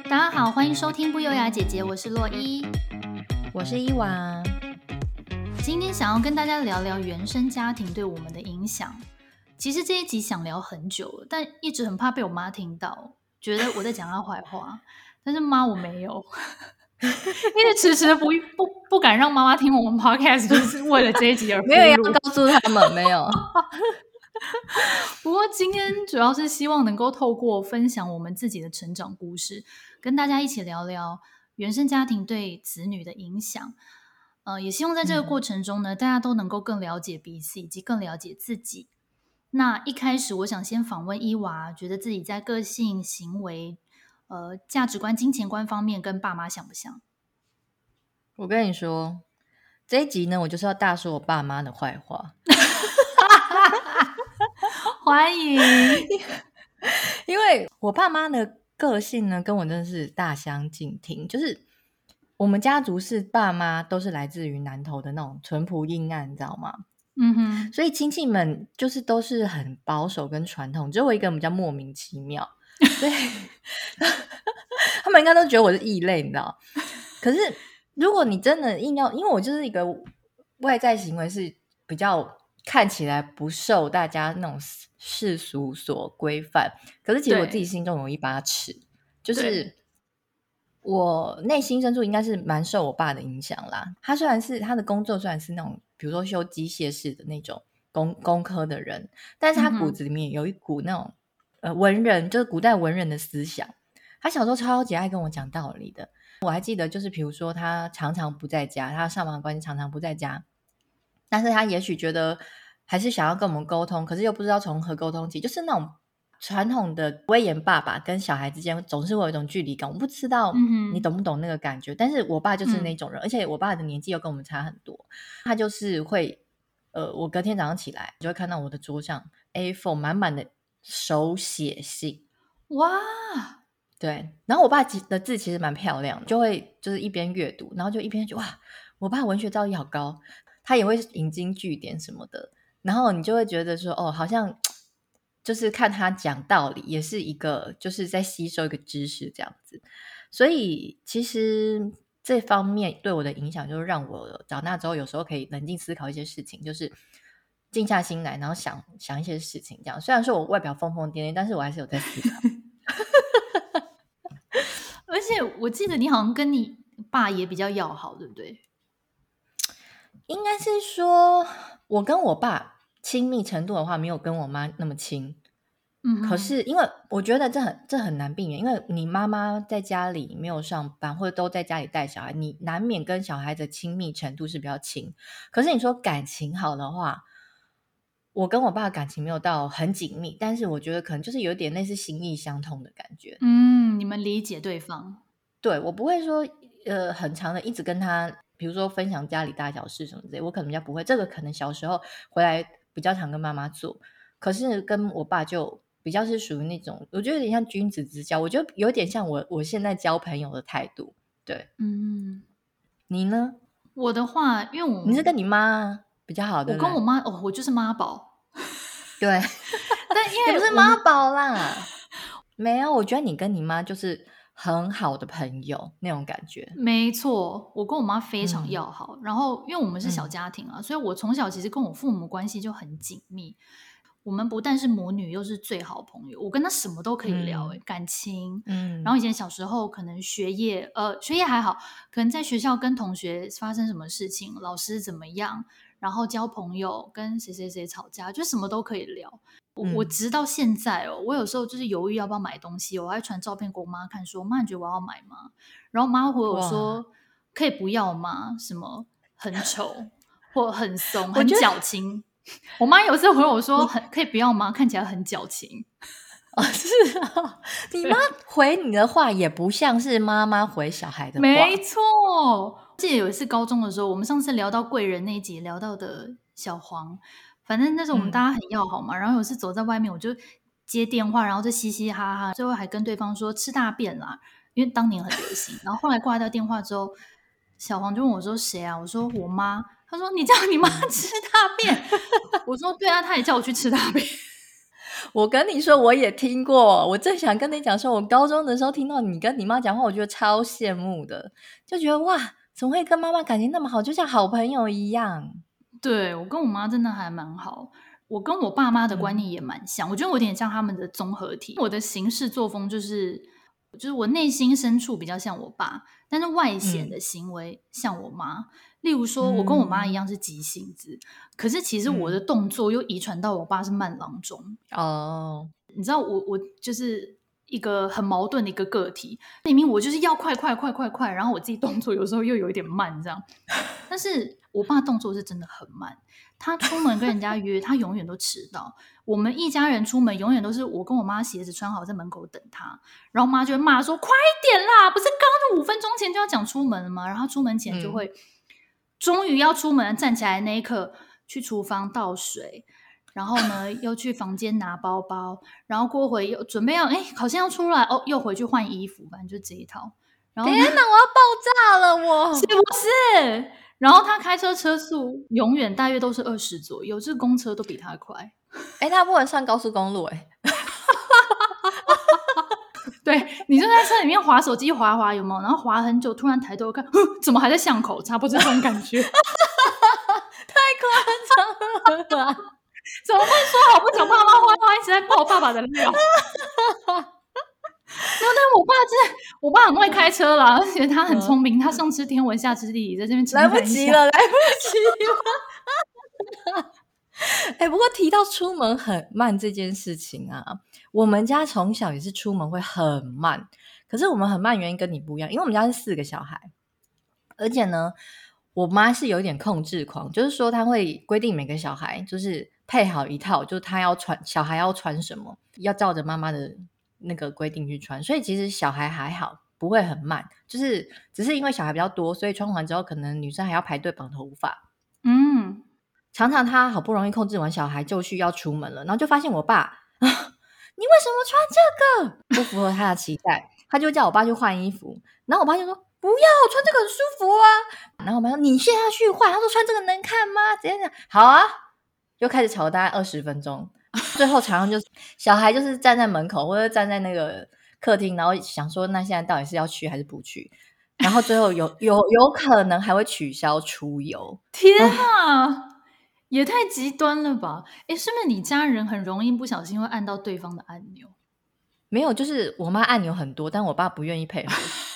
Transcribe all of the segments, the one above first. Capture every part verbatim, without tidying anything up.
大家好，欢迎收听不优雅姐姐，我是洛伊， 我是伊娃。 今天想要跟大家聊聊原生家庭对我们的影响。其实这一集想聊很久了，但一直很怕被我妈听到，觉得我在讲她坏话。但是妈，我没有，因为迟迟不不不敢让妈妈听我们 podcast， 就是为了这一集而没有要告诉他们，没有。 不过今天主要是希望能够透过分享我们自己的成长故事，跟大家一起聊聊原生家庭对子女的影响。呃，也希望在这个过程中呢，嗯、大家都能够更了解彼此，以及更了解自己。那一开始，我想先访问伊娃，觉得自己在个性、行为、呃价值观、金钱观方面跟爸妈像不像？ 我跟你说，这一集呢，我就是要大说我爸妈的坏话。 欢迎。 因为我爸妈的个性呢，跟我真的是大相径庭。就是我们家族是爸妈都是来自于南投的那种淳朴阴暗，你知道吗？ 嗯哼， 所以亲戚们就是都是很保守跟传统，只有我一个人比较莫名其妙，所以他们应该都觉得我是异类，你知道。可是如果你真的硬要，因为我就是一个外在行为是比较看起来不受大家那种世俗所规范，可是其实我自己心中有一把尺，就是我内心深处应该是蛮受我爸的影响啦。他虽然是他的工作虽然是那种比如说修机械式的那种工工科的人，但是他骨子里面有一股那种、嗯、呃文人，就是古代文人的思想。他小时候超级爱跟我讲道理的。我还记得就是比如说他常常不在家，他上班关系常常不在家，但是他也许觉得还是想要跟我们沟通，可是又不知道从何沟通起，就是那种传统的威严爸爸跟小孩之间总是会有一种距离感。我不知道你懂不懂那个感觉、嗯、但是我爸就是那种人、嗯、而且我爸的年纪又跟我们差很多。他就是会呃，我隔天早上起来就会看到我的桌上 A 四 满满的手写信。 哇， 对，然后我爸的字其实蛮漂亮的，就会就是一边阅读，然后就一边就哇，我爸文学造诣好高，他也会引经据典什么的，然后你就会觉得说哦，好像就是看他讲道理也是一个就是在吸收一个知识这样子。所以其实这方面对我的影响就是让我长大之后有时候可以冷静思考一些事情，就是静下心来然后想想一些事情这样。虽然说我外表疯疯癫癫，但是我还是有在思考。 而且我记得你好像跟你爸也比较要好，对不对？ 应该是说我跟我爸亲密程度的话没有跟我妈那么亲。嗯，可是因为我觉得这很这很难避免，因为你妈妈在家里没有上班或者都在家里带小孩，你难免跟小孩的亲密程度是比较亲。可是你说感情好的话，我跟我爸感情没有到很紧密，但是我觉得可能就是有点类似心意相通的感觉。 嗯，你们理解对方。 对，我不会说呃很长的一直跟他比如说分享家里大小事什么之类，我可能比较不会。这个可能小时候回来比较常跟妈妈做，可是跟我爸就比较是属于那种我觉得有点像君子之交，我觉得有点像我我现在交朋友的态度。对，嗯，你呢？ 我的话，因为我你是跟你妈比较好的， 我跟我妈哦，我就是妈宝。 对， 但因为也不是妈宝啦，没有，我觉得你跟你妈就是很好的朋友那种感觉。 没错，我跟我妈非常要好、嗯、然后因为我们是小家庭啊、嗯、所以我从小其实跟我父母关系就很紧密。我们不但是母女又是最好朋友，我跟她什么都可以聊、欸嗯、感情、嗯、然后以前小时候可能学业呃，学业还好，可能在学校跟同学发生什么事情，老师怎么样，然后交朋友，跟谁谁谁吵架，就什么都可以聊。我, 我直到现在哦，我有时候就是犹豫要不要买东西，我还传照片给我妈看说，妈你觉得我要买吗？然后妈回我说可以不要吗？什么很丑或很松很矫情。我妈有时候回我说很可以不要吗？看起来很矫情。 哦，是啊，你妈回你的话也不像是妈妈回小孩的话。 没错，记得有一次高中的时候，我们上次聊到贵人那一集聊到的小黄，反正那时候我们大家很要好嘛、嗯、然后有一次走在外面我就接电话，然后就嘻嘻哈哈，最后还跟对方说吃大便啦，因为当年很流行。然后后来挂掉电话之后，小黄就问我说谁啊？我说我妈。他说你叫你妈吃大便、嗯、我说对啊，他也叫我去吃大便。 我跟你说我也听过，我正想跟你讲说我高中的时候听到你跟你妈讲话，我觉得超羡慕的，就觉得哇怎么会跟妈妈感情那么好，就像好朋友一样。 对，我跟我妈真的还蛮好，我跟我爸妈的观念也蛮像、嗯、我觉得我有点像他们的综合体。我的行事作风就是就是我内心深处比较像我爸，但是外显的行为像我妈、嗯、例如说我跟我妈一样是急性子、嗯、可是其实我的动作又遗传到我爸是慢郎中哦。你知道我我就是一个很矛盾的一个个体，明明我就是要快快快快快，然后我自己动作有时候又有一点慢这样，但是我爸动作是真的很慢，他出门跟人家约他永远都迟到，我们一家人出门永远都是我跟我妈鞋子穿好在门口等他，然后妈就会骂说快一点啦，不是刚刚五分钟前就要讲出门了吗？然后出门前就会、嗯、终于要出门站起来那一刻去厨房倒水，然后呢又去房间拿包包，然后过会又准备要哎好像要出来哦，又回去换衣服，反正就这一套。然后天哪，我要爆炸了我是不是？然后他开车车速永远大约都是二十左右，这公车都比他快。 哎，他不能上高速公路哎。 对，你就在车里面滑手机滑滑有没有？然后滑很久，突然抬头看，怎么还在巷口？差不多这种感觉。太夸张了吧？ 怎么会说好不讲爸妈坏话，一直在爆爸爸的料？没有，但是我爸真的，我爸很会开车啦，而且他很聪明，嗯、他上知天文下知地理，在这边来不及了，来不及了。哎、欸，不过提到出门很慢这件事情啊，我们家从小也是出门会很慢，可是我们很慢原因跟你不一样，因为我们家是四个小孩，而且呢，我妈是有点控制狂，就是说她会规定每个小孩就是配好一套，就是他要穿小孩要穿什么，要照着妈妈的那个规定去穿，所以其实小孩还好，不会很慢，就是只是因为小孩比较多，所以穿完之后可能女生还要排队绑头发。嗯，常常他好不容易控制完小孩就需要出门了，然后就发现我爸啊，你为什么穿这个不符合他的期待，他就叫我爸去换衣服，然后我爸就说不要，穿这个很舒服啊，然后我妈说你现在去换，他说穿这个能看吗？怎样怎样，好啊，就开始吵大概二十分钟，最后常常就是小孩就是站在门口或者站在那个客厅，然后想说那现在到底是要去还是不去，然后最后有有有可能还会取消出游。 天啊，也太极端了吧！诶，是不是你家人很容易不小心会按到对方的按钮？ 没有，就是我妈按钮很多，但我爸不愿意配合。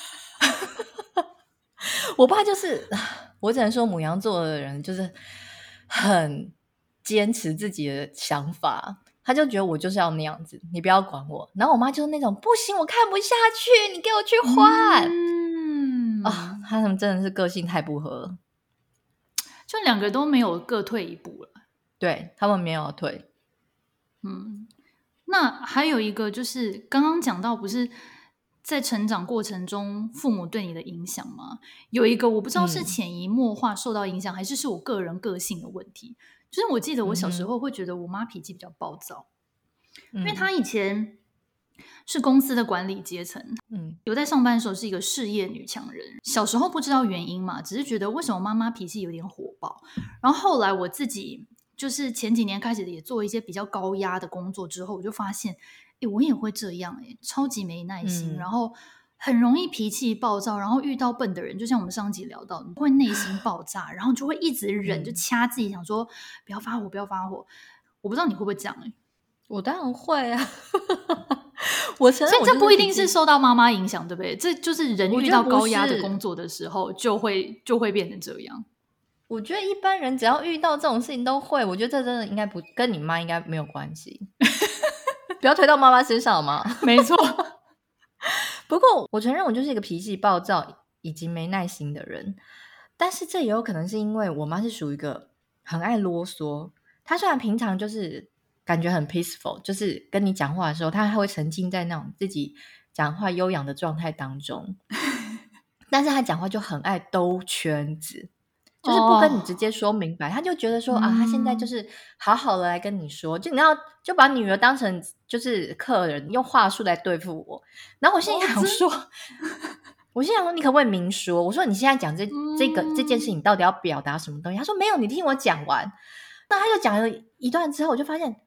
我爸就是我只能说牡羊座的人就是很坚持自己的想法，他就觉得我就是要那样子，你不要管我。然后我妈就是那种不行，我看不下去，你给我去换。嗯啊，他们真的是个性太不合， 就两个都没有各退一步了。 对，他们没有退。 嗯，那还有一个就是刚刚讲到不是在成长过程中父母对你的影响吗？有一个我不知道是潜移默化受到影响、嗯、还是是我个人个性的问题，就是我记得我小时候会觉得我妈脾气比较暴躁、嗯、因为她以前是公司的管理阶层，嗯，有在上班的时候是一个事业女强人，小时候不知道原因嘛，只是觉得为什么妈妈脾气有点火爆，然后后来我自己就是前几年开始也做一些比较高压的工作之后，我就发现诶我也会这样诶超级没耐心、嗯、然后很容易脾气暴躁，然后遇到笨的人就像我们上集聊到你会内心爆炸然后就会一直忍、嗯、就掐自己想说不要发火不要发火，我不知道你会不会这样诶。 我当然会啊。我承认， 所以这不一定是受到妈妈影响，对不对？这就是人遇到高压的工作的时候就会就会变成这样。 我觉得一般人只要遇到这种事情都会，我觉得这真的应该不跟你妈应该没有关系。不要推到妈妈身上嘛。 没错。 不过我承认我就是一个脾气暴躁以及没耐心的人，但是这也有可能是因为我妈是属于一个很爱啰嗦，她虽然平常就是感觉很 peaceful， 就是跟你讲话的时候她还会沉浸在那种自己讲话悠扬的状态当中。但是她讲话就很爱兜圈子，就是不跟你直接说明白、哦、他就觉得说、嗯、啊，他现在就是好好的来跟你说，就你要就把女儿当成就是客人，用话术来对付我。然后我心里想说、哦、我心里想说你可不可以明说，我说你现在讲这、嗯、这个这件事情到底要表达什么东西，他说没有，你听我讲完。那他就讲了一段之后，我就发现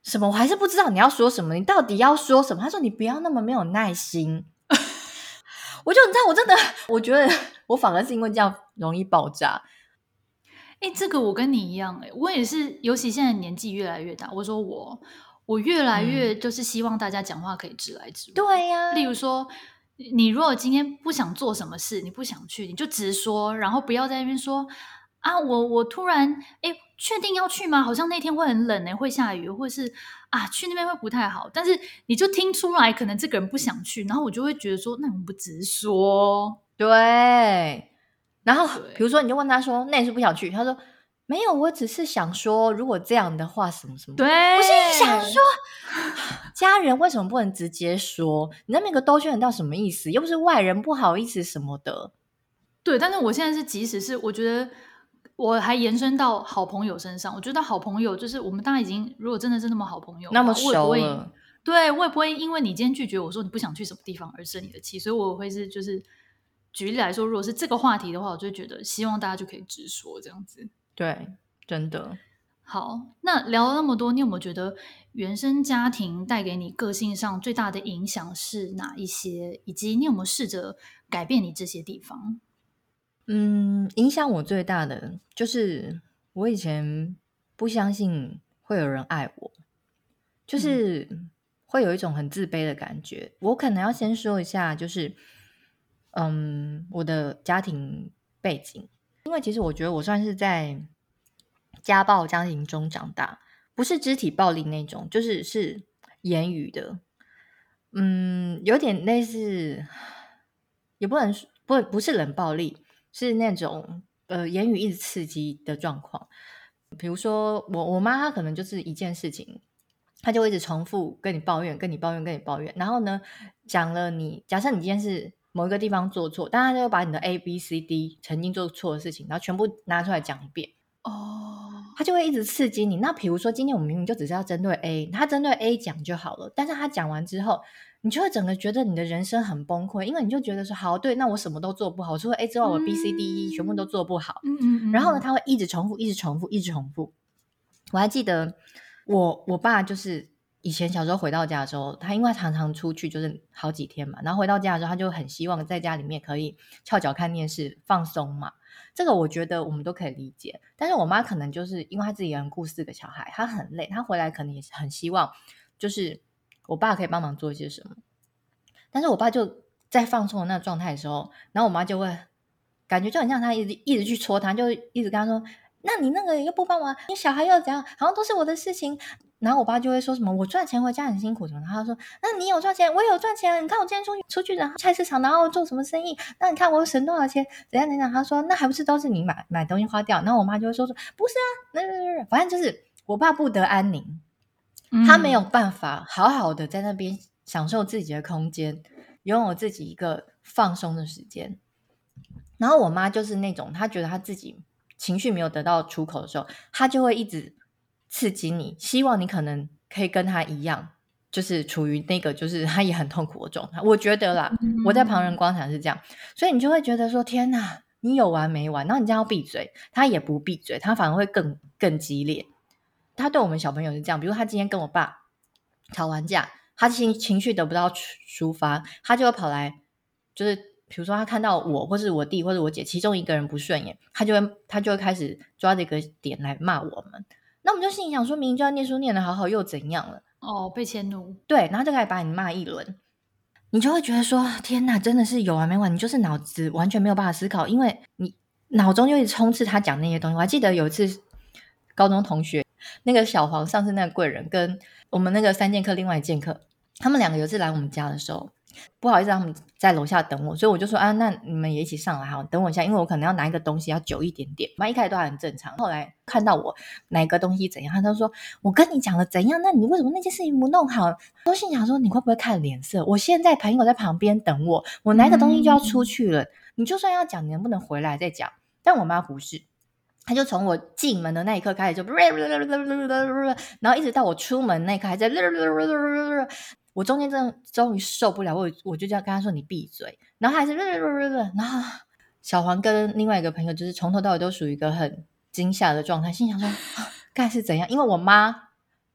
什么我还是不知道你要说什么，你到底要说什么？他说你不要那么没有耐心。我就你知道我真的我觉得我反而是因为这样容易爆炸。 哎、欸，这个我跟你一样、欸，哎，我也是，尤其现在年纪越来越大，我说我我越来越就是希望大家讲话可以直来直往。 对呀、啊， 例如说，你如果今天不想做什么事，你不想去，你就直说，然后不要在那边说啊，我我突然哎，确定要去吗？好像那天会很冷哎、欸，会下雨，或是啊去那边会不太好。但是你就听出来，可能这个人不想去，然后我就会觉得说，那我们不直说？ 对。然后比如说你就问他说那你是不想去，他说没有，我只是想说如果这样的话什么什么。 对， 我心里想说家人为什么不能直接说？你那边个兜圈人到什么意思？又不是外人，不好意思什么的。 对，但是我现在是即使是我觉得我还延伸到好朋友身上，我觉得好朋友就是我们大家已经如果真的是那么好朋友那么熟了， 对，我也不会因为你今天拒绝我说你不想去什么地方而生你的气，所以我会是就是举例来说，如果是这个话题的话，我就觉得希望大家就可以直说这样子。 对，真的。 好，那聊了那么多，你有没有觉得原生家庭带给你个性上最大的影响是哪一些，以及你有没有试着改变你这些地方？ 嗯，影响我最大的就是我以前不相信会有人爱我，就是会有一种很自卑的感觉。我可能要先说一下，就是嗯，我的家庭背景，因为其实我觉得我算是在家暴家庭中长大，不是肢体暴力那种，就是是言语的，嗯，有点类似，也不能不不是冷暴力，是那种呃言语一直刺激的状况。比如说我我妈她可能就是一件事情，她就会一直重复跟你抱怨跟你抱怨跟你抱怨，然后呢讲了你假设你今天是某一个地方做错，但她就把你的 A B C D 曾经做错的事情然后全部拿出来讲一遍哦， 他就会一直刺激你。那比如说今天我们明明就只是要针对 A， 他针对 A 讲就好了，但是他讲完之后你就会整个觉得你的人生很崩溃，因为你就觉得说好，对，那我什么都做不好，除了 A 之外我 B C D E 全部都做不好。 嗯嗯嗯， 然后呢他会一直重复一直重复一直重复。我还记得我我爸就是以前小时候回到家的时候，他因为常常出去就是好几天嘛，然后回到家的时候他就很希望在家里面可以翘脚看电视放松嘛，这个我觉得我们都可以理解。但是我妈可能就是因为她自己一个人顾四个小孩，她很累，她回来可能也是很希望就是我爸可以帮忙做一些什么。但是我爸就在放松的那个状态的时候，然后我妈就会感觉就很像她一直一直去戳他，就一直跟他说那你那个又不帮忙，你小孩又怎样，好像都是我的事情。然后我爸就会说什么我赚钱回家很辛苦什么，然后他说那你有赚钱我也有赚钱，你看我今天出去出去然后菜市场然后做什么生意，那你看我省多少钱怎样怎样。他说那还不是都是你买买东西花掉。然后我妈就会说说不是啊，那反正就是我爸不得安宁，他没有办法好好的在那边享受自己的空间，拥有自己一个放松的时间。然后我妈就是那种她觉得她自己情绪没有得到出口的时候，她就会一直刺激你，希望你可能可以跟她一样，就是处于那个就是她也很痛苦的状态。我觉得啦，我在旁人观察是这样，所以你就会觉得说天哪，你有完没完？然后你这样要闭嘴，她也不闭嘴，她反而会更更激烈。她对我们小朋友是这样，比如她今天跟我爸吵完架，她情情绪得不到抒发，她就会跑来就是比如说他看到我或是我弟或者我姐其中一个人不顺眼，他就会他就会开始抓这个点来骂我们。那我们就心里想说明明就要念书念得好好又怎样了， 哦，被迁怒， 对，然后就开始把你骂一轮，你就会觉得说天哪，真的是有完没完，你就是脑子完全没有办法思考，因为你脑中就一直充斥他讲那些东西。我还记得有一次高中同学那个小黄上次那个贵人跟我们那个三剑客另外一剑客，他们两个有一次来我们家的时候，不好意思让他们在楼下等我，所以我就说啊，那你们也一起上来好，等我一下，因为我可能要拿一个东西要久一点点。妈一开始都还很正常，后来看到我拿一个东西怎样，他就说我跟你讲了怎样，那你为什么那件事情不弄好？都心想说你会不会看脸色？我现在朋友在旁边等我，我拿一个东西就要出去了，嗯、你就算要讲，你能不能回来再讲？但我妈不是，他就从我进门的那一刻开始就，然后一直到我出门那一刻还在，我中间真的终于受不了，我我就这样跟他说你闭嘴，然后还是，然后小黄跟另外一个朋友就是从头到尾都属于一个很惊吓的状态，心想说该是怎样，因为我妈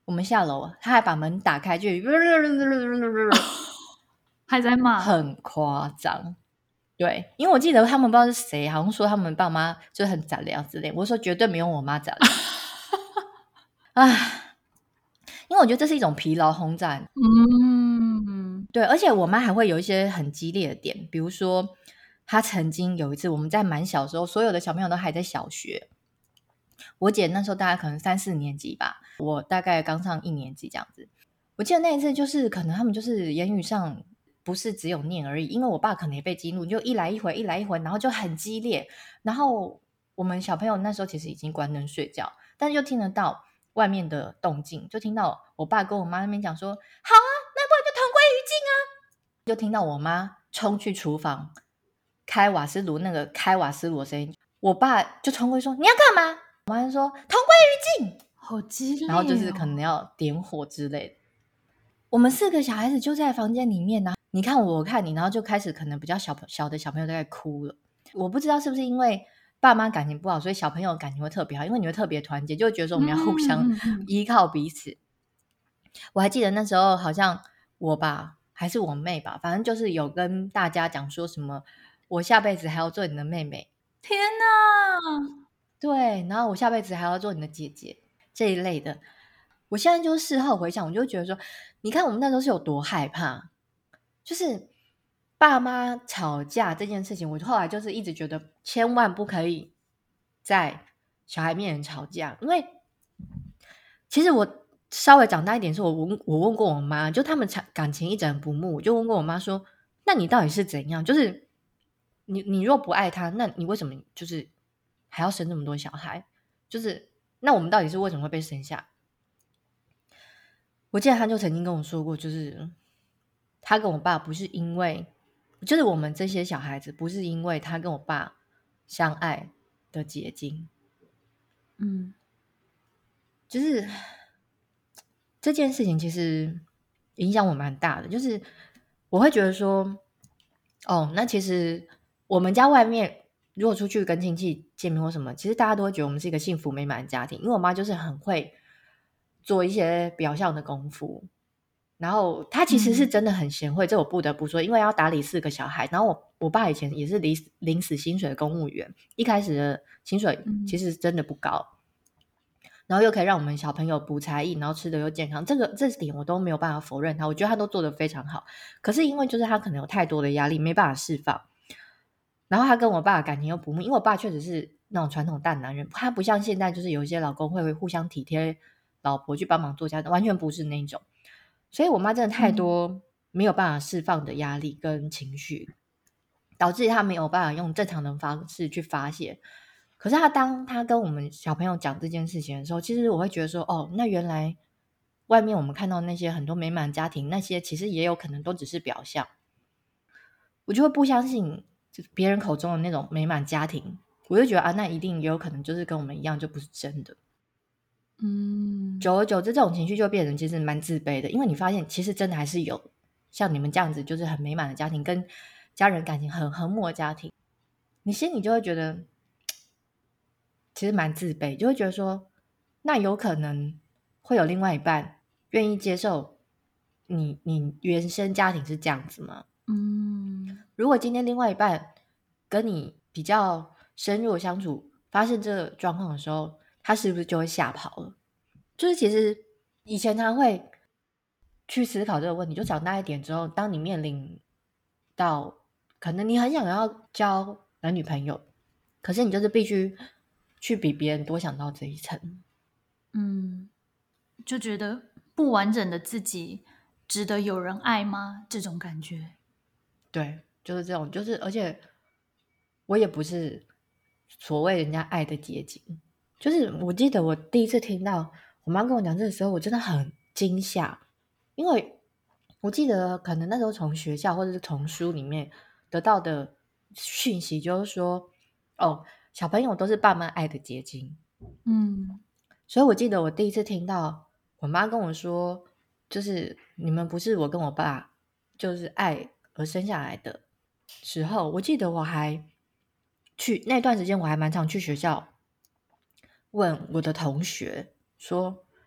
我们下楼，他还把门打开就还在骂， 很夸张。对，因为我记得他们不知道是谁，好像说他们爸妈就很杂聊之类，我说绝对没有我妈杂聊。啊，因为我觉得这是一种疲劳轰炸。 嗯， 对，而且我妈还会有一些很激烈的点，比如说她曾经有一次我们在蛮小的时候，所有的小朋友都还在小学，我姐那时候大概可能三四年级吧，我大概刚上一年级这样子。我记得那一次就是可能他们就是言语上不是只有念而已，因为我爸可能也被激怒，就一来一回一来一回，然后就很激烈。然后我们小朋友那时候其实已经关灯睡觉，但是就听得到外面的动静，就听到我爸跟我妈那边讲说好啊，那不然就同归于尽啊。就听到我妈冲去厨房开瓦斯炉，那个开瓦斯炉的声音，我爸就冲过去说你要干嘛，我妈就说同归于尽， 好激烈、哦、 然后就是可能要点火之类的。我们四个小孩子就在房间里面，然后你看我看你，然后就开始可能比较小小的小朋友在哭了。我不知道是不是因为爸妈感情不好，所以小朋友感情会特别好，因为你会特别团结，就会觉得说我们要互相依靠彼此、嗯嗯嗯、我还记得那时候好像我吧还是我妹吧，反正就是有跟大家讲说什么我下辈子还要做你的妹妹， 天哪， 对，然后我下辈子还要做你的姐姐这一类的。我现在就事后回想，我就觉得说你看我们那时候是有多害怕，就是爸妈吵架这件事情，我后来就是一直觉得千万不可以在小孩面前吵架。因为其实我稍微长大一点的时候，我问我问过我妈，就他们感情一直很不睦，我就问过我妈说那你到底是怎样，就是你你若不爱他，那你为什么就是还要生这么多小孩，就是那我们到底是为什么会被生下？我记得他就曾经跟我说过，就是他跟我爸不是因为就是我们这些小孩子不是因为他跟我爸相爱的结晶。 嗯， 就是这件事情其实影响我蛮大的，就是我会觉得说哦，那其实我们家外面如果出去跟亲戚见面或什么，其实大家都会觉得我们是一个幸福美满的家庭，因为我妈就是很会做一些表象的功夫，然后她其实是真的很贤惠、嗯、这我不得不说，因为要打理四个小孩，然后我我爸以前也是领领死薪水的公务员，一开始的薪水其实真的不高、嗯、然后又可以让我们小朋友补才艺，然后吃的又健康，这个这点我都没有办法否认他，我觉得他都做得非常好。可是因为就是他可能有太多的压力没办法释放，然后他跟我爸的感情又不睦，因为我爸确实是那种传统大男人，他不像现在就是有一些老公会互相体贴老婆去帮忙做家，完全不是那种。所以我妈真的太多没有办法释放的压力跟情绪、嗯、导致他没有办法用正常的方式去发泄。可是他当他跟我们小朋友讲这件事情的时候，其实我会觉得说哦，那原来外面我们看到那些很多美满家庭，那些其实也有可能都只是表象。我就会不相信别人口中的那种美满家庭，我就觉得啊，那一定也有可能就是跟我们一样就不是真的。嗯，久而久之这种情绪就变成其实蛮自卑的，因为你发现其实真的还是有像你们这样子就是很美满的家庭，跟家人感情很和睦的家庭，你心里就会觉得其实蛮自卑，就会觉得说那有可能会有另外一半愿意接受你你原生家庭是这样子吗？嗯，如果今天另外一半跟你比较深入的相处，发现这个状况的时候，他是不是就会吓跑了？就是其实以前常会去思考这个问题，就长大一点之后，当你面临到可能你很想要交男女朋友，可是你就是必须去比别人多想到这一层。 嗯，就觉得不完整的自己值得有人爱吗？这种感觉。 对，就是这种，就是而且我也不是所谓人家爱的结晶。就是我记得我第一次听到我妈跟我讲这个时候，我真的很惊吓，因为我记得可能那时候从学校或者是从书里面得到的讯息就是说，哦，小朋友都是爸妈爱的结晶。嗯，所以我记得我第一次听到我妈跟我说，就是你们不是我跟我爸就是爱而生下来的时候，我记得我还去那段时间我还蛮常去学校问我的同学说，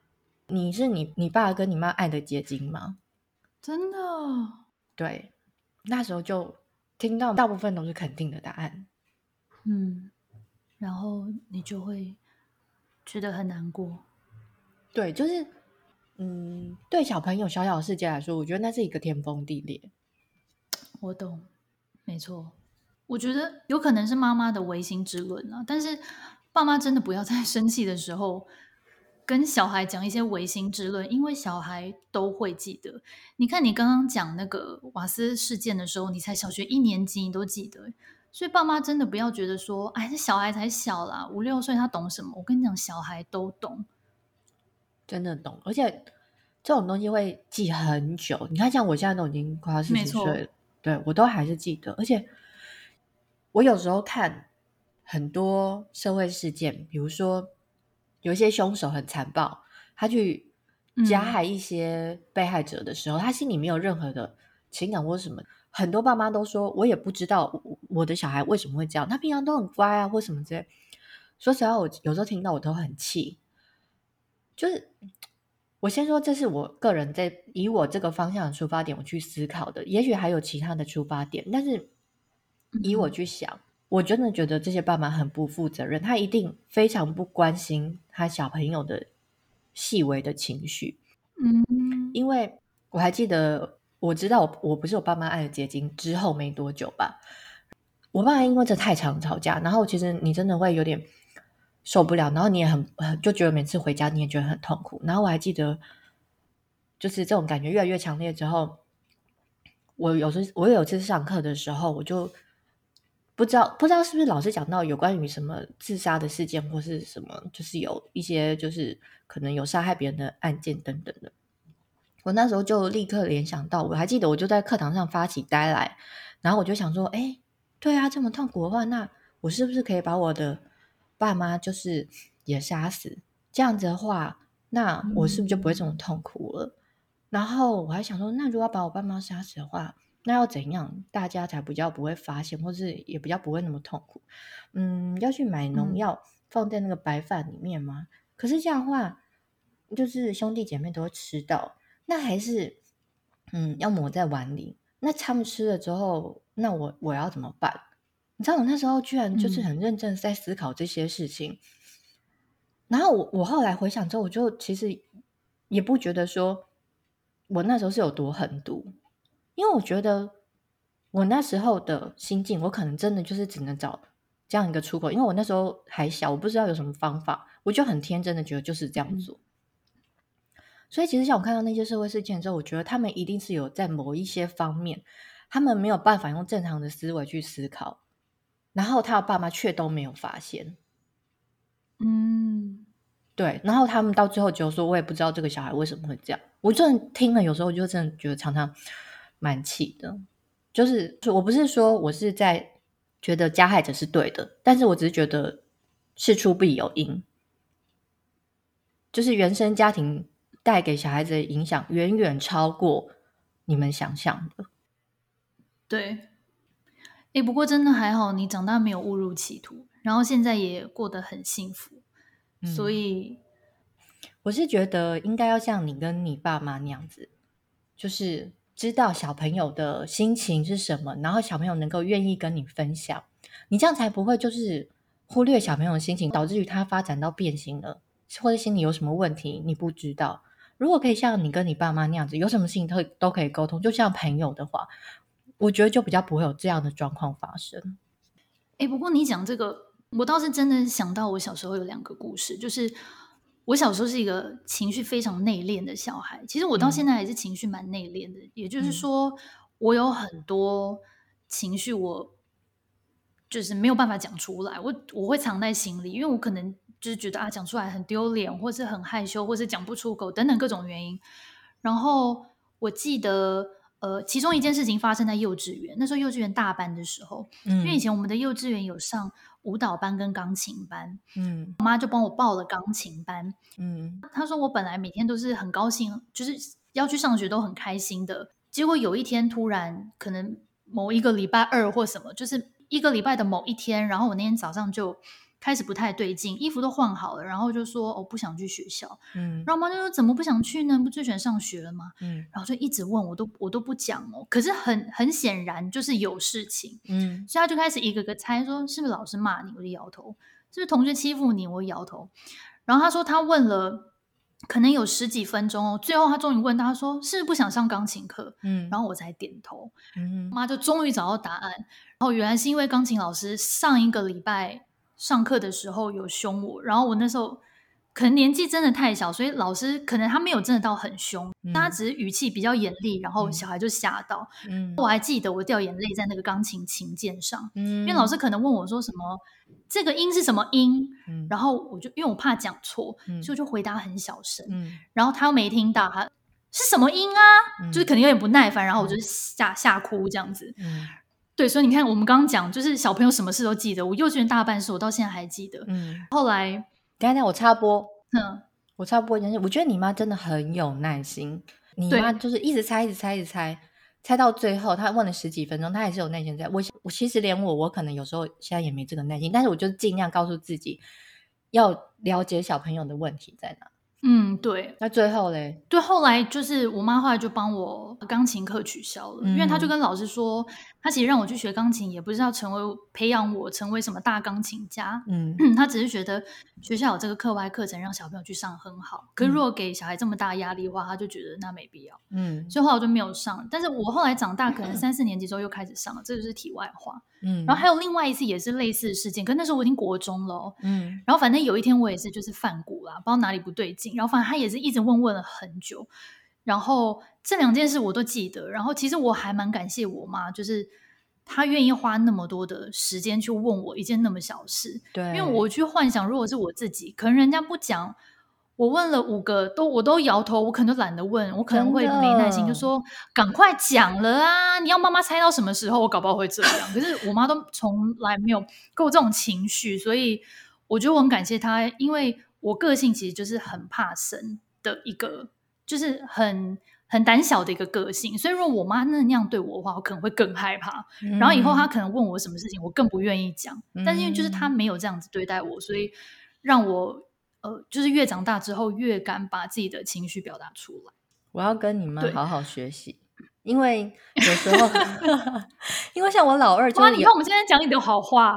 你是你你爸跟你妈爱的结晶吗？ 真的。 对，那时候就听到大部分都是肯定的答案。 嗯，然后你就会觉得很难过。 对，就是嗯，对小朋友小小的世界来说，我觉得那是一个天崩地裂。 我懂，没错。我觉得有可能是妈妈的违心之论啊，但是爸妈真的不要在生气的时候跟小孩讲一些违心之论，因为小孩都会记得。你看，你刚刚讲那个瓦斯事件的时候，你才小学一年级，你都记得。所以爸妈真的不要觉得说，哎，这小孩才小啦，五六岁他懂什么？我跟你讲，小孩都懂。 真的懂，而且这种东西会记很久。你看，像我现在都已经快要四没错。 十岁了，对，我都还是记得。而且我有时候看很多社会事件，比如说有一些凶手很残暴，他去加害一些被害者的时候，他心里没有任何的情感或什么。很多爸妈都说，我也不知道我我的小孩为什么会这样，他平常都很乖啊，或什么之类。说实话，我有时候听到我都很气。就是我先说，这是我个人在以我这个方向的出发点我去思考的，也许还有其他的出发点，但是以我去想，嗯、我真的觉得这些爸妈很不负责任，他一定非常不关心他小朋友的细微的情绪。 嗯， 因为我还记得，我知道我我不是我爸妈爱的结晶之后没多久吧，我爸因为这太常吵架，然后其实你真的会有点受不了，然后你也很就觉得每次回家你也觉得很痛苦。然后我还记得，就是这种感觉越来越强烈之后，我有时我有次上课的时候，我就不知道不知道是不是老师讲到有关于什么自杀的事件或是什么，就是有一些就是可能有杀害别人的案件等等的。我那时候就立刻联想到，我还记得我就在课堂上发起呆来，然后我就想说，哎，对啊，这么痛苦的话，那我是不是可以把我的爸妈就是也杀死？这样子的话，那我是不是就不会这么痛苦了？然后我还想说，那如果要把我爸妈杀死的话，那要怎样大家才比较不会发现，或是也比较不会那么痛苦？嗯，要去买农药放在那个白饭里面吗？可是这样的话，就是兄弟姐妹都会吃到。那还是嗯要抹在碗里，那他们吃了之后，那我我要怎么办？你知道我那时候居然就是很认真在思考这些事情。嗯、然后我我后来回想之后，我就其实也不觉得说我那时候是有多狠毒，因为我觉得我那时候的心境，我可能真的就是只能找这样一个出口，因为我那时候还小，我不知道有什么方法，我就很天真的觉得就是这样做。嗯，所以其实像我看到那些社会事件之后，我觉得他们一定是有在某一些方面，他们没有办法用正常的思维去思考，然后他的爸妈却都没有发现。嗯，对，然后他们到最后就说，我也不知道这个小孩为什么会这样。我真的听了，有时候就真的觉得常常蛮气的。就是我不是说我是在觉得加害者是对的，但是我只是觉得事出必有因，就是原生家庭带给小孩子的影响远远超过你们想象的。 对，欸，不过真的还好，你长大没有误入歧途，然后现在也过得很幸福，嗯、所以我是觉得应该要像你跟你爸妈那样子，就是知道小朋友的心情是什么，然后小朋友能够愿意跟你分享，你这样才不会就是忽略小朋友的心情，导致于他发展到变形了，或者心里有什么问题你不知道。如果可以像你跟你爸妈那样子，有什么事情都都可以沟通，就像朋友的话，我觉得就比较不会有这样的状况发生。 欸，不过你讲这个，我倒是真的想到我小时候有两个故事，就是我小时候是一个情绪非常内敛的小孩，其实我到现在还是情绪蛮内敛的，嗯、也就是说，我有很多情绪，我就是没有办法讲出来，我我会藏在心里，因为我可能就是觉得啊，讲出来很丢脸，或是很害羞，或是讲不出口等等各种原因。然后我记得。呃，其中一件事情发生在幼稚园，那时候幼稚园大班的时候，嗯、因为以前我们的幼稚园有上舞蹈班跟钢琴班，嗯，我妈就帮我报了钢琴班，嗯，她说我本来每天都是很高兴，就是要去上学都很开心的，结果有一天突然可能某一个礼拜二或什么，就是一个礼拜的某一天，然后我那天早上就开始不太对劲，衣服都换好了，然后就说哦不想去学校， 嗯， 然后我妈就说怎么不想去呢？不最喜欢上学了吗？ 嗯然后就一直问我都我都不讲哦，可是很很显然就是有事情， 嗯所以他就开始一个个猜说是不是老师骂你，我就摇头，是不是同学欺负你，我摇头，然后他说他问了可能有十几分钟哦，最后他终于问他说是不是不想上钢琴课， 嗯然后我才点头， 嗯妈就终于找到答案，然后原来是因为钢琴老师上一个礼拜上课的时候有凶我，然后我那时候可能年纪真的太小，所以老师可能他没有真的到很凶，他嗯只是语气比较严厉，然后小孩就吓到。 嗯我还记得我掉眼泪在那个钢琴琴键上， 嗯， 因为老师可能问我说什么这个音是什么音， 嗯然后我就因为我怕讲错， 嗯所以我就回答很小声， 嗯然后他又没听到，他是什么音啊？ 嗯就是可能有点不耐烦，然后我就吓吓哭这样子。 嗯对，所以你看，我们刚刚讲，就是小朋友什么事都记得。我幼稚园大半事，我到现在还记得。 嗯， 后来， 等一下等一下我插播， 嗯， 我插播一件事，我觉得你妈真的很有耐心，你对妈就是一直猜一直猜一直猜，猜到最后她问了十几分钟，她还是有耐心在。我我其实连我我可能有时候现在也没这个耐心，但是我就尽量告诉自己要了解小朋友的问题在哪。 嗯，对， 那最后嘞， 对，后来就是我妈后来就帮我钢琴课取消了，因为她就嗯跟老师说，她其实让我去学钢琴，也不是要成为培养我成为什么大钢琴家， 嗯她只是觉得学校有这个课外课程让小朋友去上很好。可是如果给小孩这么大压力的话，她就觉得那没必要， 嗯所以后来我就没有上。但是我后来长大，可能三四年级之后又开始上了，这就是题外话。 嗯， 然后还有另外一次也是类似的事件，可那时候我已经国中了哦， 嗯然后反正有一天我也是就是犯骨啦，不知道哪里不对劲，然后反正他也是一直问问了很久，然后这两件事我都记得，然后其实我还蛮感谢我妈，就是她愿意花那么多的时间去问我一件那么小事， 对， 因为我去幻想如果是我自己，可能人家不讲。我问了五个，都我都摇头，我可能都懒得问，我可能会没耐心，就说赶快讲了啊！你要妈妈猜到什么时候，我搞不好会这样。可是我妈都从来没有给我这种情绪，所以我觉得我很感谢她，因为我个性其实就是很怕生的一个，就是很很胆小的一个个性。所以如果我妈那样对我的话，我可能会更害怕。 嗯然后以后她可能问我什么事情，我更不愿意讲。但是因为就是她没有这样子对待我，所以让我。呃，就是越长大之后，越敢把自己的情绪表达出来。 我要跟你妈对好好学习，因为有时候，因为像我老二就哇， 是有你看我们现在讲你的好话，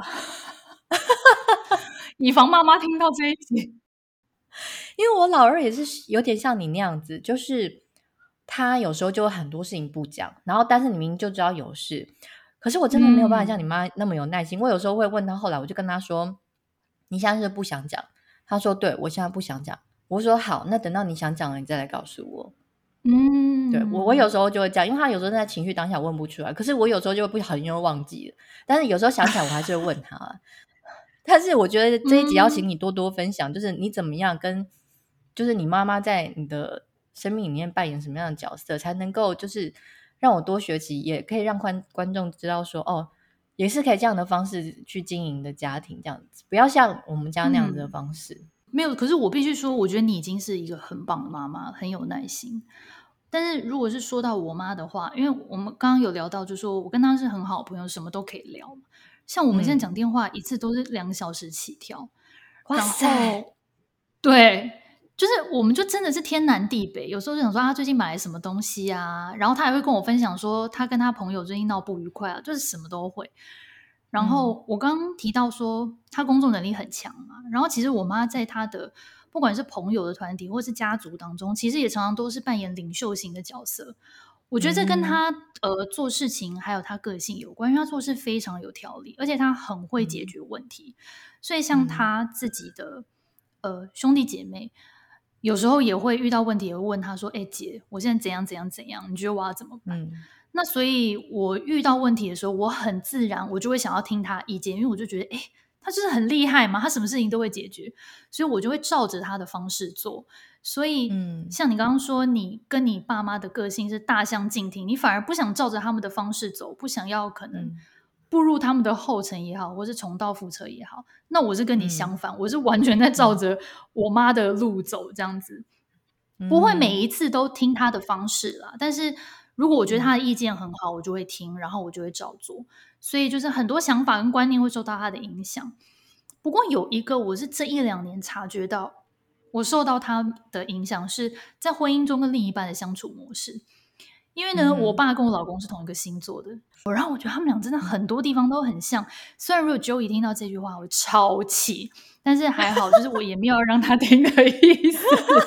以防妈妈听到这一集。 因为我老二也是有点像你那样子，就是他有时候就会很多事情不讲，然后但是你明明就知道有事，可是我真的没有办法像你妈那么有耐心。我有时候会问他，后来我就跟他说：“你现在是不想讲？”他说：“对，我现在不想讲。”我说：“好，那等到你想讲了，你再来告诉我。” 嗯， 对我，我有时候就会这样，因为他有时候在情绪当下问不出来，可是我有时候就不小心就忘记了，但是有时候想起来我还是会问他。但是我觉得这一集要请你多多分享，嗯、就是你怎么样跟，就是你妈妈在你的生命里面扮演什么样的角色，才能够就是让我多学习，也可以让观观众知道说，哦，也是可以这样的方式去经营的家庭，这样子不要像我们家那样子的方式。嗯没有，可是我必须说，我觉得你已经是一个很棒的妈妈，很有耐心。但是如果是说到我妈的话，因为我们刚刚有聊到，就说我跟她是很好的朋友，什么都可以聊。像我们现在讲电话，一次都是两个小时起跳。 哇塞！ 然后对，就是我们就真的是天南地北。有时候就想说他最近买了什么东西啊，然后他还会跟我分享说他跟他朋友最近闹不愉快啊，就是什么都会。然后我刚刚提到说他工作能力很强嘛，然后其实我妈在他的不管是朋友的团体或是家族当中，其实也常常都是扮演领袖型的角色。我觉得这跟他、嗯、呃做事情还有他个性有关，因为他做事非常有条理，而且他很会解决问题。嗯、所以像他自己的、嗯、呃兄弟姐妹，有时候也会遇到问题，也会问他说：“哎、欸、姐，我现在怎样怎样怎样，你觉得我要怎么办？”嗯那所以我遇到问题的时候，我很自然我就会想要听他意见，因为我就觉得哎，他就是很厉害嘛，他什么事情都会解决，所以我就会照着他的方式做。所以、嗯、像你刚刚说你跟你爸妈的个性是大相径庭，你反而不想照着他们的方式走，不想要可能步入他们的后尘也好，或是重蹈覆辙也好，那我是跟你相反、嗯、我是完全在照着我妈的路走这样子、嗯、不会每一次都听他的方式啦，但是如果我觉得他的意见很好，我就会听，然后我就会照做。所以就是很多想法跟观念会受到他的影响。 不过有一个我是这一两年察觉到，我受到他的影响是在婚姻中跟另一半的相处模式。因为呢， 嗯哼我爸跟我老公是同一个星座的，然后我觉得他们俩真的很多地方都很像。虽然如果 Joey 听到这句话，我超气，但是还好，就是我也没有让他听的意思。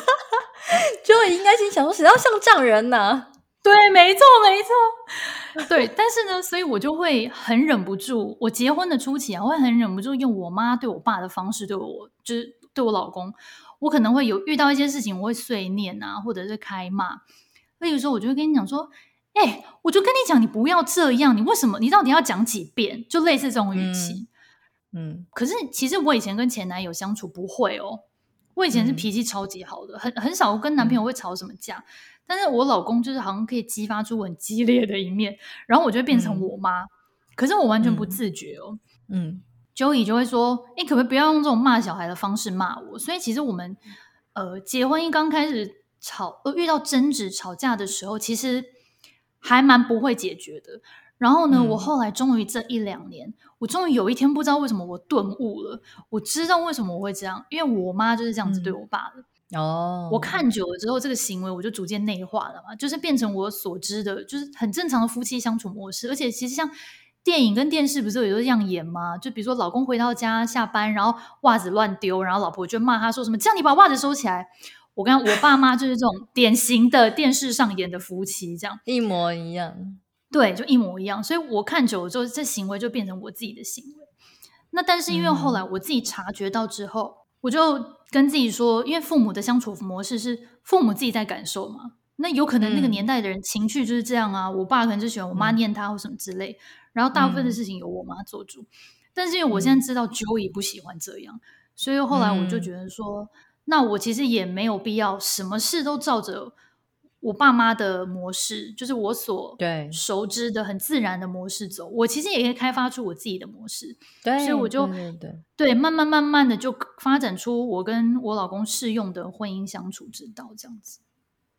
Joey 应该心想说，谁要像丈人呢、啊？ 对，没错，没错。对，但是呢，所以我就会很忍不住，我结婚的初期啊，我会很忍不住用我妈对我爸的方式对我，就是对我老公，我可能会有遇到一些事情，我会碎念啊，或者是开骂。例如说，我就会跟你讲说，哎、欸，我就跟你讲，你不要这样，你为什么？你到底要讲几遍？就类似这种语气。 嗯，嗯可是其实我以前跟前男友相处不会哦，我以前是脾气超级好的，很很少跟男朋友会吵什么架。嗯、但是我老公就是好像可以激发出很激烈的一面，然后我就会变成我妈。嗯、可是我完全不自觉哦。嗯 ，Joey 就会说，哎、欸，可不可以不要用这种骂小孩的方式骂我？所以其实我们呃结婚一刚开始。吵呃遇到争执吵架的时候，其实还蛮不会解决的。然后呢，嗯、我后来终于这一两年，我终于有一天不知道为什么我顿悟了，我知道为什么我会这样，因为我妈就是这样子对我爸的。嗯、哦，我看久了之后，这个行为我就逐渐内化了嘛，就是变成我所知的，就是很正常的夫妻相处模式。而且其实像电影跟电视不是有这样演吗？就比如说老公回到家下班，然后袜子乱丢，然后老婆就骂他说什么：“这样你把袜子收起来。”我跟我爸妈就是这种典型的电视上演的夫妻，这样一模一样， 对，就一模一样。所以我看久了之后，这行为就变成我自己的行为。那但是因为后来我自己察觉到之后，嗯、我就跟自己说，因为父母的相处模式是父母自己在感受嘛，那有可能那个年代的人情绪就是这样啊。嗯、我爸可能就喜欢我妈念他或什么之类，然后大部分的事情由我妈做主。嗯、但是因为我现在知道 Joey 不喜欢这样，所以后来我就觉得说。嗯那我其实也没有必要什么事都照着我爸妈的模式，就是我所熟知的很自然的模式走。我其实也可以开发出我自己的模式， 对， 所以我就对, 对, 对, 对慢慢慢慢的就发展出我跟我老公适用的婚姻相处之道，这样子。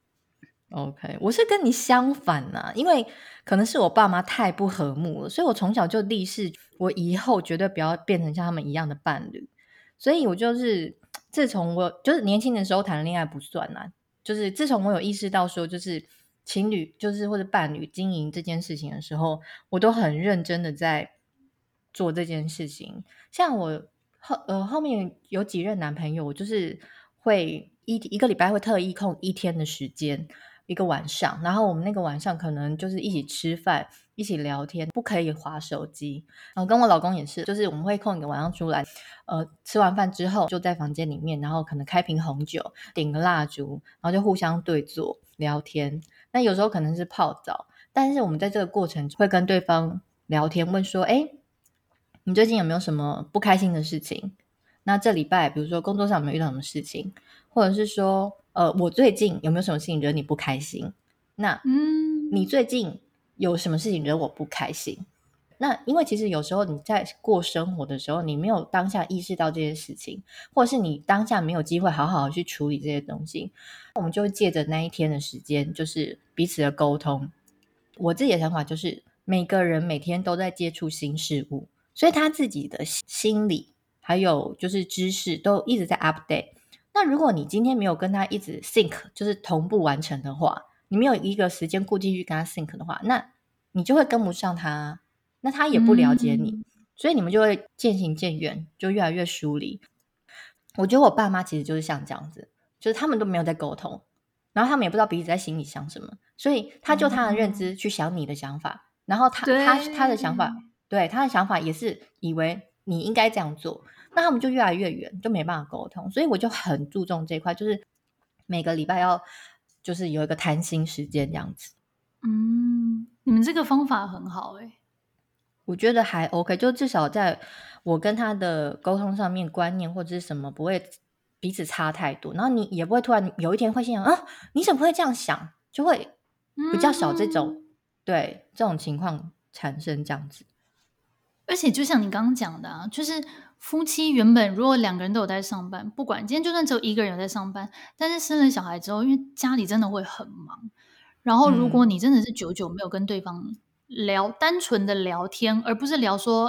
OK， 我是跟你相反啊，因为可能是我爸妈太不和睦了，所以我从小就立誓，我以后绝对不要变成像他们一样的伴侣。所以我就是自从我就是年轻的时候谈恋爱不算啦，就是自从我有意识到说就是情侣就是或者伴侣经营这件事情的时候，我都很认真的在做这件事情。像我后呃后面有几任男朋友，我就是会一一个礼拜会特意空一天的时间，一个晚上，然后我们那个晚上可能就是一起吃饭一起聊天，不可以滑手机。然后跟我老公也是，就是我们会空一个晚上出来，呃，吃完饭之后就在房间里面，然后可能开瓶红酒，点个蜡烛，然后就互相对坐聊天。那有时候可能是泡澡，但是我们在这个过程会跟对方聊天，问说，哎，你最近有没有什么不开心的事情？那这礼拜比如说工作上有没有遇到什么事情，或者是说呃，我最近有没有什么事情惹你不开心？那嗯，你最近有什么事情惹我不开心？那因为其实有时候你在过生活的时候，你没有当下意识到这些事情，或者是你当下没有机会好好的去处理这些东西，我们就会借着那一天的时间，就是彼此的沟通。我自己的想法就是每个人每天都在接触新事物，所以他自己的心理还有就是知识都一直在 update。那如果你今天没有跟他一直 sync， 就是同步完成的话，你没有一个时间固定去跟他 sync 的话，那你就会跟不上他，那他也不了解你，嗯、所以你们就会渐行渐远，就越来越疏离。我觉得我爸妈其实就是像这样子，就是他们都没有在沟通，然后他们也不知道彼此在心里想什么，所以他就他的认知去想你的想法，嗯、然后他他他的想法，对他的想法也是以为你应该这样做，那他们就越来越远，就没办法沟通。所以我就很注重这一块，就是每个礼拜要就是有一个谈心时间这样子。 嗯，你们这个方法很好欸。 我觉得还 OK， 就至少在我跟他的沟通上面观念或者是什么不会彼此差太多，然后你也不会突然有一天会心想啊，你怎么会这样想，就会比较少这种、嗯、对这种情况产生这样子。 而且就像你刚刚讲的啊，就是夫妻原本如果两个人都有在上班，不管今天就算只有一个人有在上班，但是生了小孩之后，因为家里真的会很忙，然后如果你真的是久久没有跟对方聊单纯的聊天，而不是聊说哎，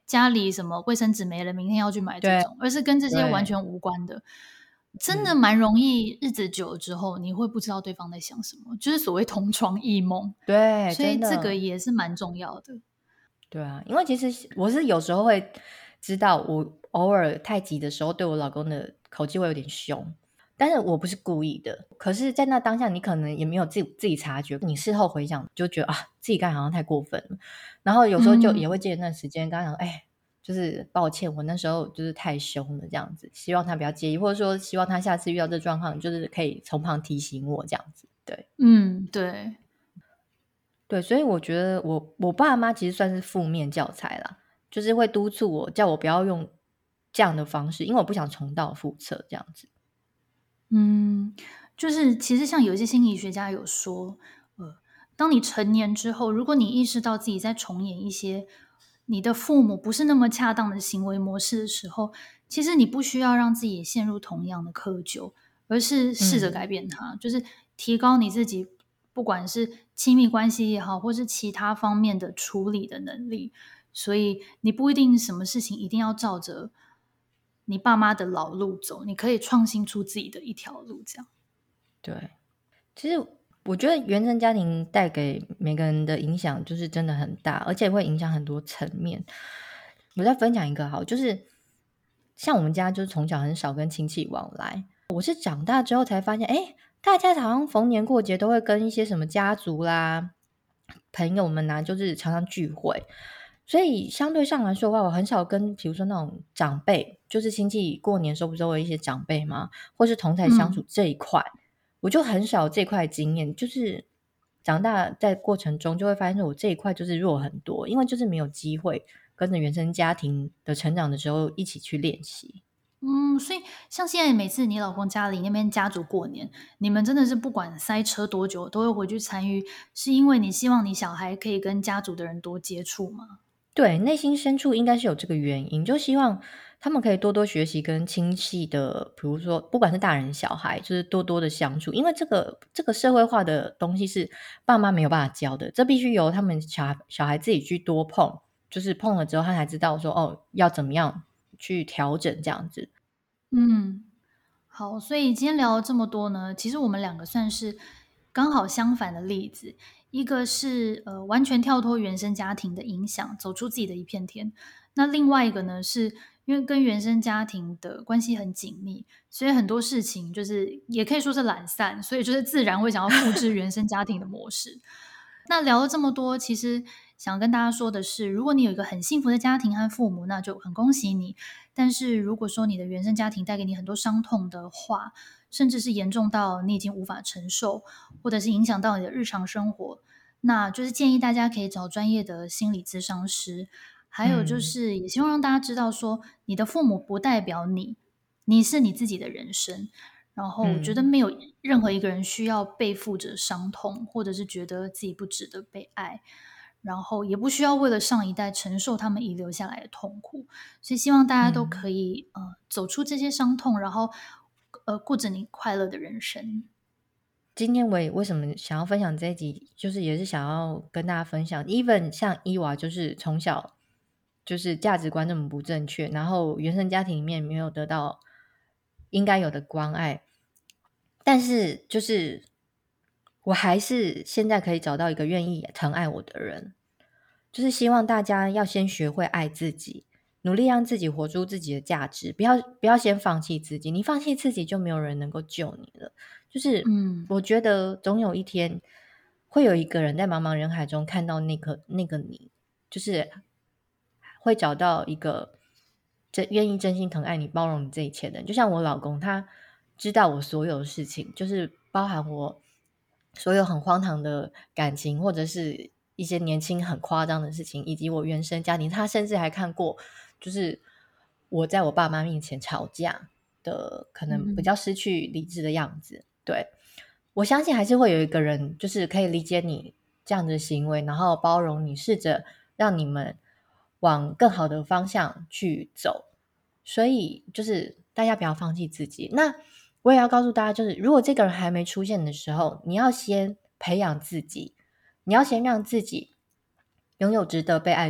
家里什么卫生纸没了，明天要去买这种，而是跟这些完全无关的。真的蛮容易，日子久了之后，你会不知道对方在想什么，就是所谓同床异梦。 对， 所以真的这个也是蛮重要的。 对啊，因为其实我是有时候会知道，我偶尔太急的时候，对我老公的口气会有点凶，但是我不是故意的。可是，在那当下，你可能也没有自己自己察觉，你事后回想就觉得啊，自己刚才好像太过分了。然后有时候就也会借那段时间，刚刚哎。就是抱歉，我那时候就是太凶了，这样子，希望他不要介意，或者说希望他下次遇到这状况，就是可以从旁提醒我这样子。对， 嗯，对， 对，所以我觉得我我爸妈其实算是负面教材啦，就是会督促我，叫我不要用这样的方式，因为我不想重蹈覆辙这样子。 嗯，就是其实像有一些心理学家有说，呃，当你成年之后，如果你意识到自己在重演一些你的父母不是那么恰当的行为模式的时候，其实你不需要让自己陷入同样的窠臼，而是试着改变它，嗯、就是提高你自己，不管是亲密关系也好，或是其他方面的处理的能力。所以你不一定什么事情一定要照着你爸妈的老路走，你可以创新出自己的一条路，这样。 对，其实我觉得原生家庭带给每个人的影响就是真的很大，而且会影响很多层面。我再分享一个好，就是像我们家就是从小很少跟亲戚往来，我是长大之后才发现，哎，大家好像逢年过节都会跟一些什么家族啦、朋友们啊，就是常常聚会。所以相对上来说的话，我很少跟比如说那种长辈，就是亲戚过年的时候不是都有一些长辈吗？或是同台相处这一块。嗯，我就很少这块经验，就是长大在过程中就会发现我这一块就是弱很多，因为就是没有机会跟着原生家庭的成长的时候一起去练习。 嗯，所以像现在每次你老公家里那边家族过年，你们真的是不管塞车多久都会回去参与，是因为你希望你小孩可以跟家族的人多接触吗？ 对，内心深处应该是有这个原因，就希望他们可以多多学习跟亲戚的，比如说不管是大人小孩，就是多多的相处，因为这个这个社会化的东西是爸妈没有办法教的，这必须由他们小孩小孩自己去多碰，就是碰了之后他才知道说哦要怎么样去调整这样子。 嗯，好，所以今天聊了这么多呢，其实我们两个算是刚好相反的例子，一个是呃完全跳脱原生家庭的影响，走出自己的一片天。那另外一个呢，是因为跟原生家庭的关系很紧密，所以很多事情就是也可以说是懒散，所以就是自然会想要复制原生家庭的模式。那聊了这么多，其实想跟大家说的是，如果你有一个很幸福的家庭和父母，那就很恭喜你。但是如果说你的原生家庭带给你很多伤痛的话，甚至是严重到你已经无法承受，或者是影响到你的日常生活，那就是建议大家可以找专业的心理咨商师。还有就是，也希望让大家知道说，你的父母不代表你，你是你自己的人生。然后我觉得没有任何一个人需要背负着伤痛，或者是觉得自己不值得被爱，然后也不需要为了上一代承受他们遗留下来的痛苦。所以希望大家都可以、嗯、呃走出这些伤痛，然后呃过着你快乐的人生。 今天我也为什么想要分享这一集，就是也是想要跟大家分享 even 像伊娃就是从小就是价值观这么不正确，然后原生家庭里面没有得到应该有的关爱，但是就是我还是现在可以找到一个愿意疼爱我的人，就是希望大家要先学会爱自己，努力让自己活出自己的价值，不要不要先放弃自己，你放弃自己就没有人能够救你了。就是嗯， 我觉得总有一天会有一个人在茫茫人海中看到那个那个你，就是会找到一个真愿意真心疼爱你、包容你这一切的人。就像我老公，他知道我所有的事情，就是包含我所有很荒唐的感情，或者是一些年轻很夸张的事情，以及我原生家庭。他甚至还看过，就是我在我爸妈面前吵架的，可能比较失去理智的样子。对，我相信还是会有一个人，就是可以理解你这样的行为，然后包容你，试着让你们往更好的方向去走。所以就是大家不要放弃自己。那我也要告诉大家，就是如果这个人还没出现的时候，你要先培养自己，你要先让自己拥有值得被爱的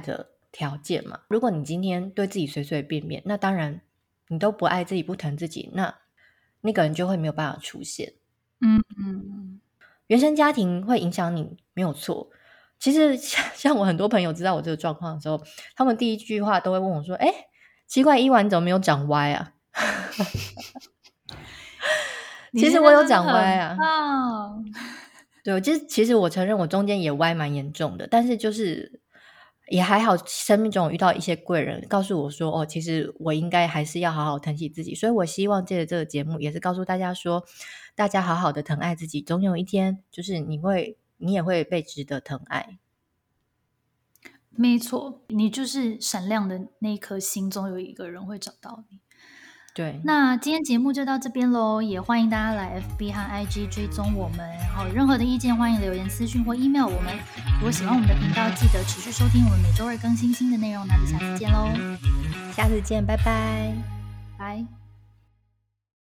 条件嘛。如果你今天对自己随随便便，那当然你都不爱自己不疼自己，那那个人就会没有办法出现。 嗯嗯， 原生家庭会影响你没有错。其实像我很多朋友知道我这个状况的时候，他们第一句话都会问我说，哎，奇怪，伊娃你怎么没有长歪啊？其实我有长歪啊。对，其实其实我承认我中间也歪蛮严重的，但是就是也还好，生命中有遇到一些贵人告诉我说，哦，其实我应该还是要好好疼惜自己。所以我希望借着这个节目也是告诉大家说，大家好好的疼爱自己，总有一天就是你会你也会被值得疼爱。 没错，你就是闪亮的那一颗心，总有一个人会找到你。 对， 那今天节目就到这边咯，也欢迎大家来 F B 和 I G 追踪我们，然后任何的意见欢迎留言私讯或 email 我们。如果喜欢我们的频道，记得持续收听我们每周二更新新的内容。那就下次见咯， 下次见，拜拜， 拜。